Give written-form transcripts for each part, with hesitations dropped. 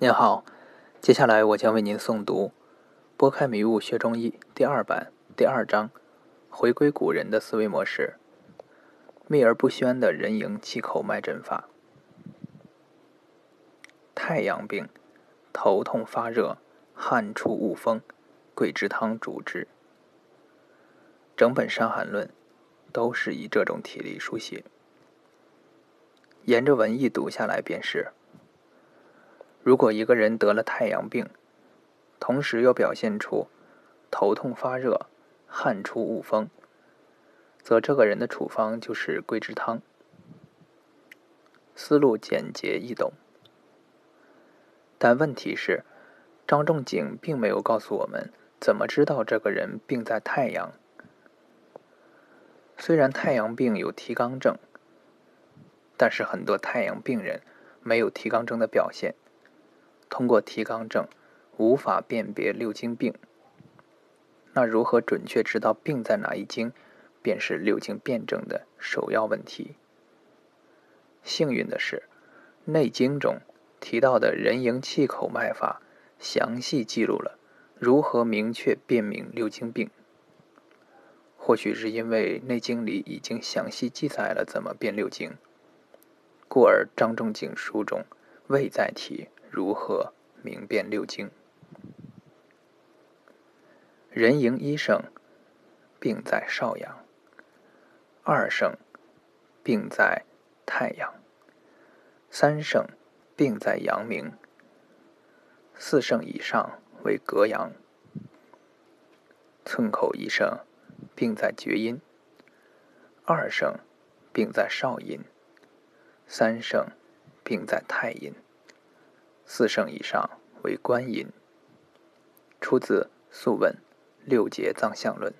您好，接下来我将为您诵读《拨开迷雾学中医》第2版第2章，回归古人的思维模式，秘而不宣的人迎气口脉诊法。太阳病，头痛发热，汗出恶风，桂枝汤主之。整本《伤寒论》都是以这种体例书写，沿着文意读下来便是：如果一个人得了太阳病，同时又表现出头痛发热、汗出恶风，则这个人的处方就是桂枝汤。思路简洁易懂，但问题是，张仲景并没有告诉我们怎么知道这个人病在太阳。虽然太阳病有提肛症，但是很多太阳病人没有提肛症的表现，通过提肛症无法辨别六经病。那如何准确知道病在哪一经，便是六经辩证的首要问题。幸运的是，《内经》中提到的人迎气口脉法详细记录了如何明确辨明六经病。或许是因为《内经》里已经详细记载了怎么辨六经，故而张仲景书中未再提如何明辨六经。人迎一圣，病在少阳；二圣，病在太阳；三圣，病在阳明；四圣以上为隔阳；寸口一圣，病在厥阴；二圣，病在少阴；三圣，病在太阴；四圣以上为关阴。出自《素问·六节脏象论》。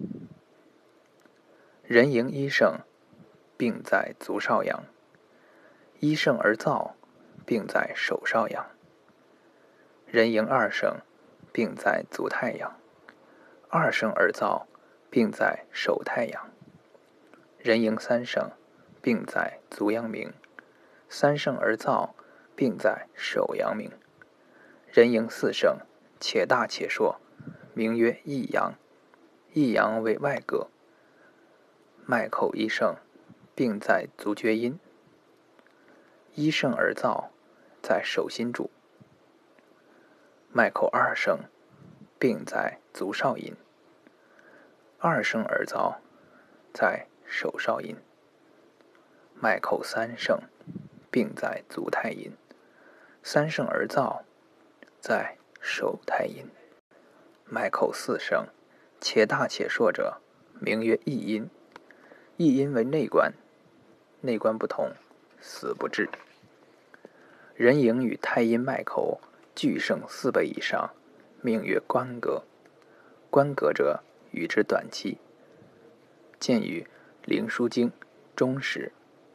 人迎一圣，病在足少阳；一圣而燥，病在手少阳；人迎二圣，病在足太阳；二圣而燥，病在手太阳；人迎三圣，病在足阳明；三圣而燥，病在手阳明；人迎四圣，且大且硕，名曰益阳。益阳为外膈。脉口一圣，病在足厥阴；一圣而燥，在手心主；脉口二圣，病在足少阴；二圣而燥，在手少阴；脉口三圣，病在足太阴；三圣而燥，在手太阴；脉口四圣，且大且硕者，名曰益阴。益阴为内关，内关不通，死不治。人迎与太阴脉口俱盛4倍以上，名曰关膈。关膈者，与之短期。见于《灵枢经·中时》。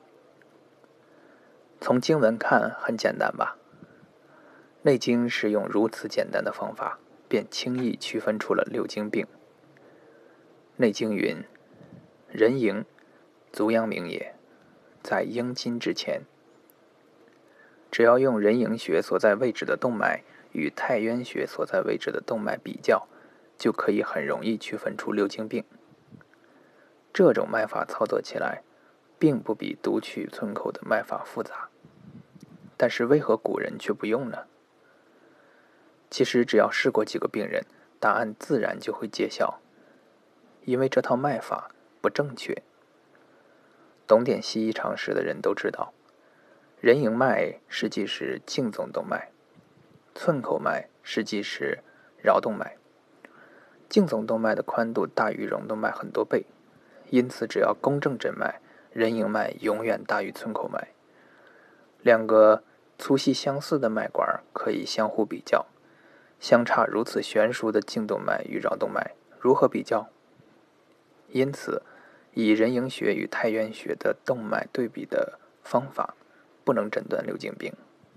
从经文看很简单吧？内经是用如此简单的方法，便轻易区分出了六经病。内经云：人迎，足阳明也，在阴经之前。只要用人迎穴所在位置的动脉与太渊穴所在位置的动脉比较，就可以很容易区分出六经病。这种脉法操作起来，并不比读取寸口的脉法复杂，但是为何古人却不用呢？其实只要试过几个病人，答案自然就会揭晓，因为这套脉法不正确。懂点西医常识的人都知道，人迎脉实际是颈总动脉，寸口脉实际是桡动脉。颈总动脉的宽度大于楹动脉很多倍，因此只要公正诊脉，人迎脉永远大于寸口脉。两个粗细相似的脉管可以相互比较，相差如此悬殊的颈动脉与桡动脉，如何比较？因此，以人迎穴与太渊穴的动脉对比的方法，不能诊断六经病。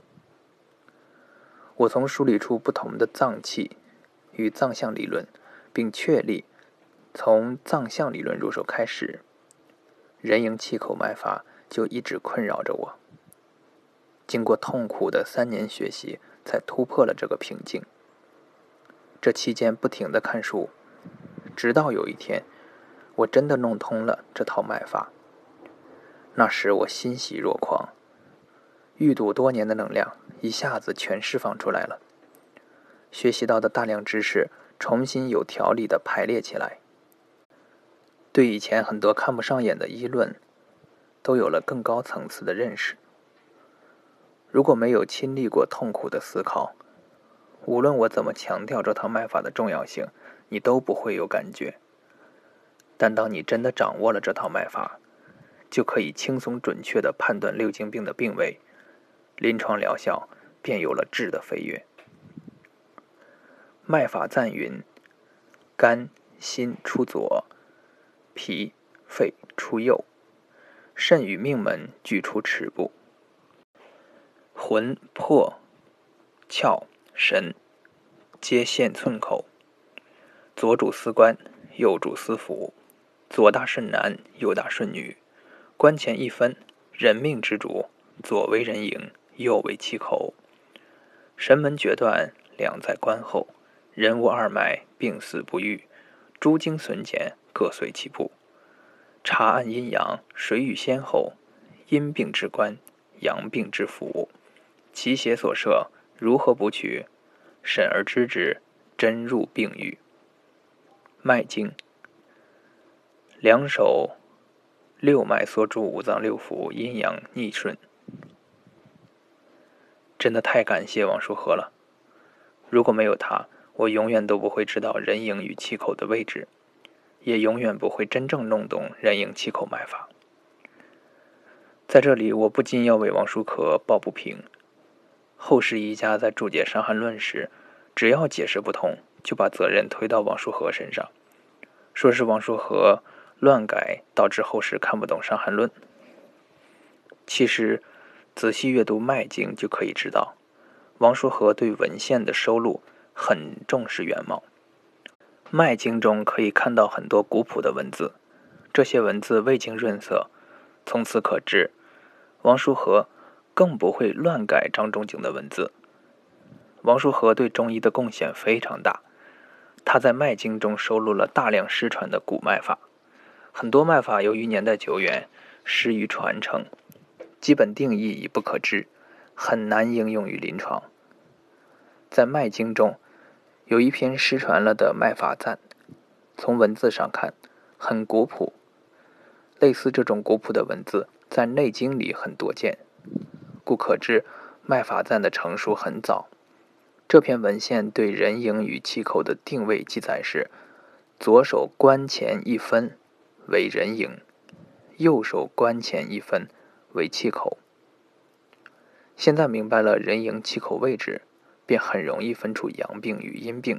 我从梳理出不同的脏器与脏象理论，并确立从脏象理论入手开始，人迎气口脉法就一直困扰着我。 经过痛苦的3年学习，才突破了这个瓶颈。这期间不停地看书，直到有一天，我真的弄通了这套脉法。那时我欣喜若狂，预读多年的能量一下子全释放出来了，学习到的大量知识重新有条理地排列起来，对以前很多看不上眼的议论都有了更高层次的认识。如果没有亲历过痛苦的思考，无论我怎么强调这套脉法的重要性，你都不会有感觉。但当你真的掌握了这套脉法，就可以轻松准确地判断6经病的病位，临床疗效便有了质的飞跃。脉法赞云：肝、心出左，脾、肺出右，肾与命门俱出尺部，魂、魄、窍、神皆现寸口，左主司官，右主司府，左大顺男，右大顺女，关前一分，人命之主，左为人迎，右为气口。神门决断，两在关后，人无二脉，病死不愈，诸经损减，各随其部。查按阴阳，谁与先后？阴病之官，阳病之府，其邪所摄，如何补取？审而知之，真入病愈。脉经，两手六脉所主五脏六腑，阴阳逆顺。真的太感谢王叔和了，如果没有他，我永远都不会知道人迎与气口的位置，也永远不会真正弄懂人迎气口脉法。在这里，我不禁要为王叔和抱不平。后世医家在注解《伤寒论》时，只要解释不通，就把责任推到王叔和身上，说是王叔和乱改导致后世看不懂《伤寒论》。其实仔细阅读脉经就可以知道，王叔和对文献的收录很重视原貌。脉经中可以看到很多古朴的文字，这些文字未经润色，从此可知王叔和更不会乱改张仲景的文字。王叔和对中医的贡献非常大，他在脉经中收录了大量失传的古脉法，很多脉法由于年代久远，失于传承，基本定义已不可知，很难应用于临床。在脉经中有一篇失传了的脉法赞，从文字上看很古朴，类似这种古朴的文字在内经里很多见，故可知脉法赞的成熟很早。这篇文献对人迎与气口的定位记载是：左手关前一分为人迎，右手关前一分为气口。现在明白了人迎气口位置，便很容易分出阳病与阴病。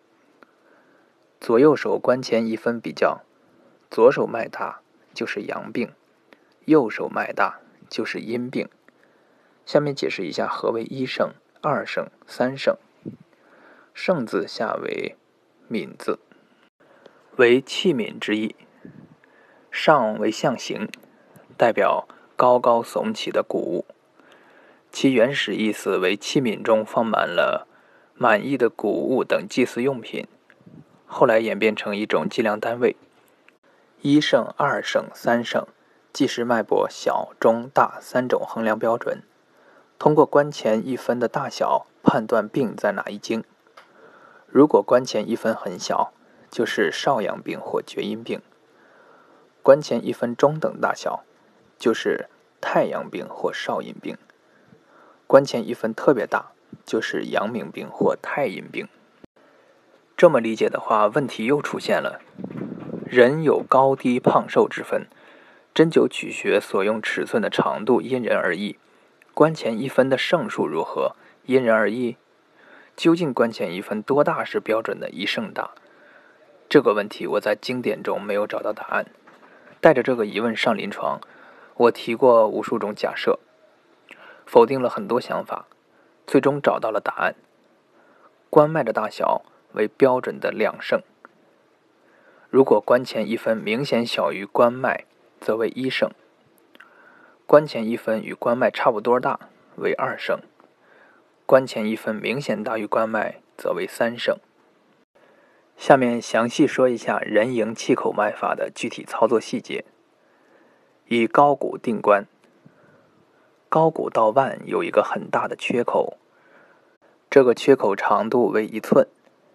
左右手关前一分比较，左手脉大就是阳病，右手脉大就是阴病。下面解释一下何为一盛、二盛、三盛。盛字下为敏字，为器皿之意。上为象形，代表高高耸起的谷物。其原始意思为器皿中放满了满意的谷物等祭祀用品，后来演变成一种计量单位。一盛、二盛、三盛，既是脉搏小、中、大3种衡量标准，通过关前一分的大小判断病在哪一经。如果关前一分很小，就是少阳病或厥阴病；关前一分中等大小，就是太阳病或少阴病；关前一分特别大，就是阳明病或太阴病。这么理解的话，问题又出现了。人有高低胖瘦之分，针灸取穴所用尺寸的长度因人而异，关前一分的盛数如何，因人而异。究竟关前一分多大是标准的一盛大？这个问题我在经典中没有找到答案。带着这个疑问上临床，我提过无数种假设，否定了很多想法，最终找到了答案。关脉的大小为标准的2盛，如果关前一分明显小于关脉，则为1盛；关前一分与关脉差不多大， 为2升，关前一分明显大于关脉则为3升。下面详细说一下人迎气口脉法的具体操作细节。以高骨定关，高骨到腕有一个很大的缺口，这个缺口长度为1寸，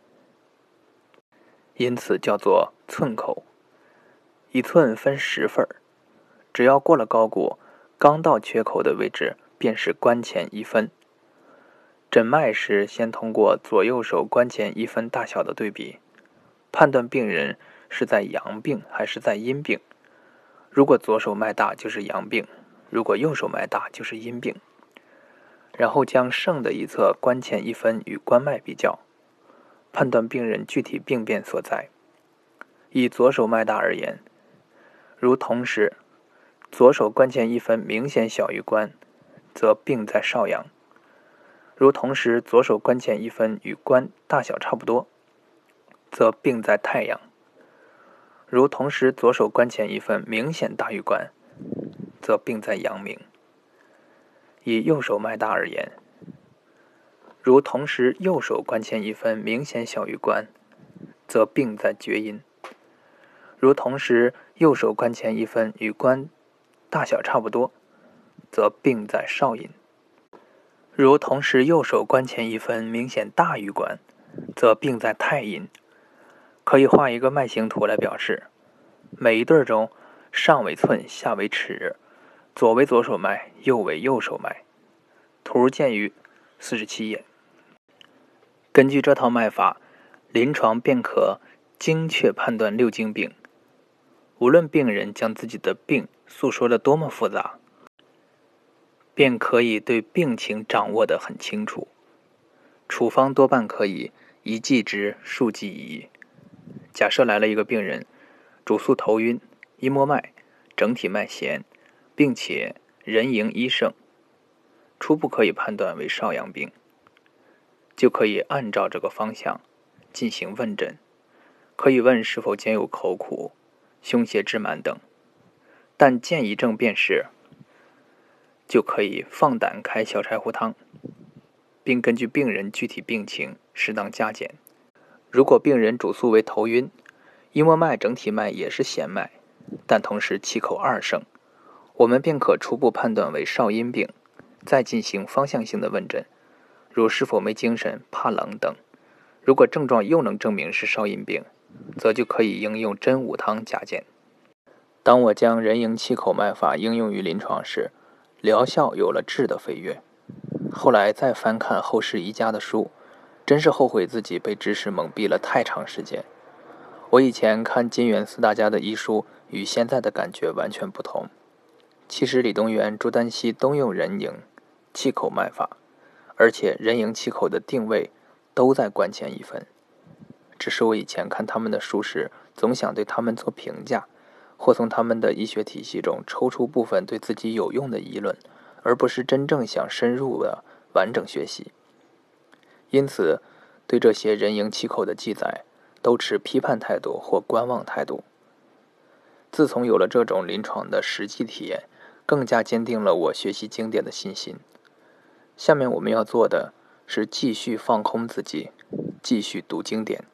因此叫做寸口。1寸分10份，只要过了高骨，刚到缺口的位置便是关前1分。诊脉时，先通过左右手关前1分大小的对比，判断病人是在阳病还是在阴病。如果左手脉大就是阳病，如果右手脉大就是阴病。然后将剩的一侧关前1分与关脉比较，判断病人具体病变所在。以左手脉大而言，如同时左手关前1分明显小于关，则病在少阳；如同时左手关前1分与关大小差不多，则病在太阳；如同时左手关前1分明显大于关，则病在阳明。以右手脉大而言，如同时右手关前1分明显小于关，则病在厥阴；如同时右手关前1分与关大小差不多，则病在少阴；如同时右手关前1分明显大于关，则病在太阴。可以画一个脉形图来表示，每一对中上为寸，下为尺，左为左手脉，右为右手脉。图见于47页。根据这套脉法，临床便可精确判断6经病。无论病人将自己的病诉说得多么复杂，便可以对病情掌握得很清楚。处方多半可以一剂之，数剂宜。假设来了一个病人，主诉头晕，一摸脉，整体脉弦，并且人迎1升，初步可以判断为少阳病，就可以按照这个方向进行问诊。可以问是否兼有口苦、胸胁滞满等，但见一症辨识，就可以放胆开小柴胡汤，并根据病人具体病情适当加减。如果病人主诉为头晕，一摸脉整体脉也是弦脉，但同时气口2升，我们便可初步判断为少阴病，再进行方向性的问诊，如是否没精神、怕冷等。如果症状又能证明是少阴病，则就可以应用真武汤加减。当我将人迎气口脉法应用于临床时，疗效有了质的飞跃。后来再翻看后世医家的书，真是后悔自己被知识蒙蔽了太长时间。我以前看金元4大家的医书，与现在的感觉完全不同。其实李东垣、朱丹溪都用人迎气口脉法，而且人迎气口的定位都在关前1分。只是我以前看他们的书时，总想对他们做评价，或从他们的医学体系中抽出部分对自己有用的议论，而不是真正想深入的完整学习。因此，对这些人迎气口的记载，都持批判态度或观望态度。自从有了这种临床的实际体验，更加坚定了我学习经典的信心。下面我们要做的是继续放空自己，继续读经典。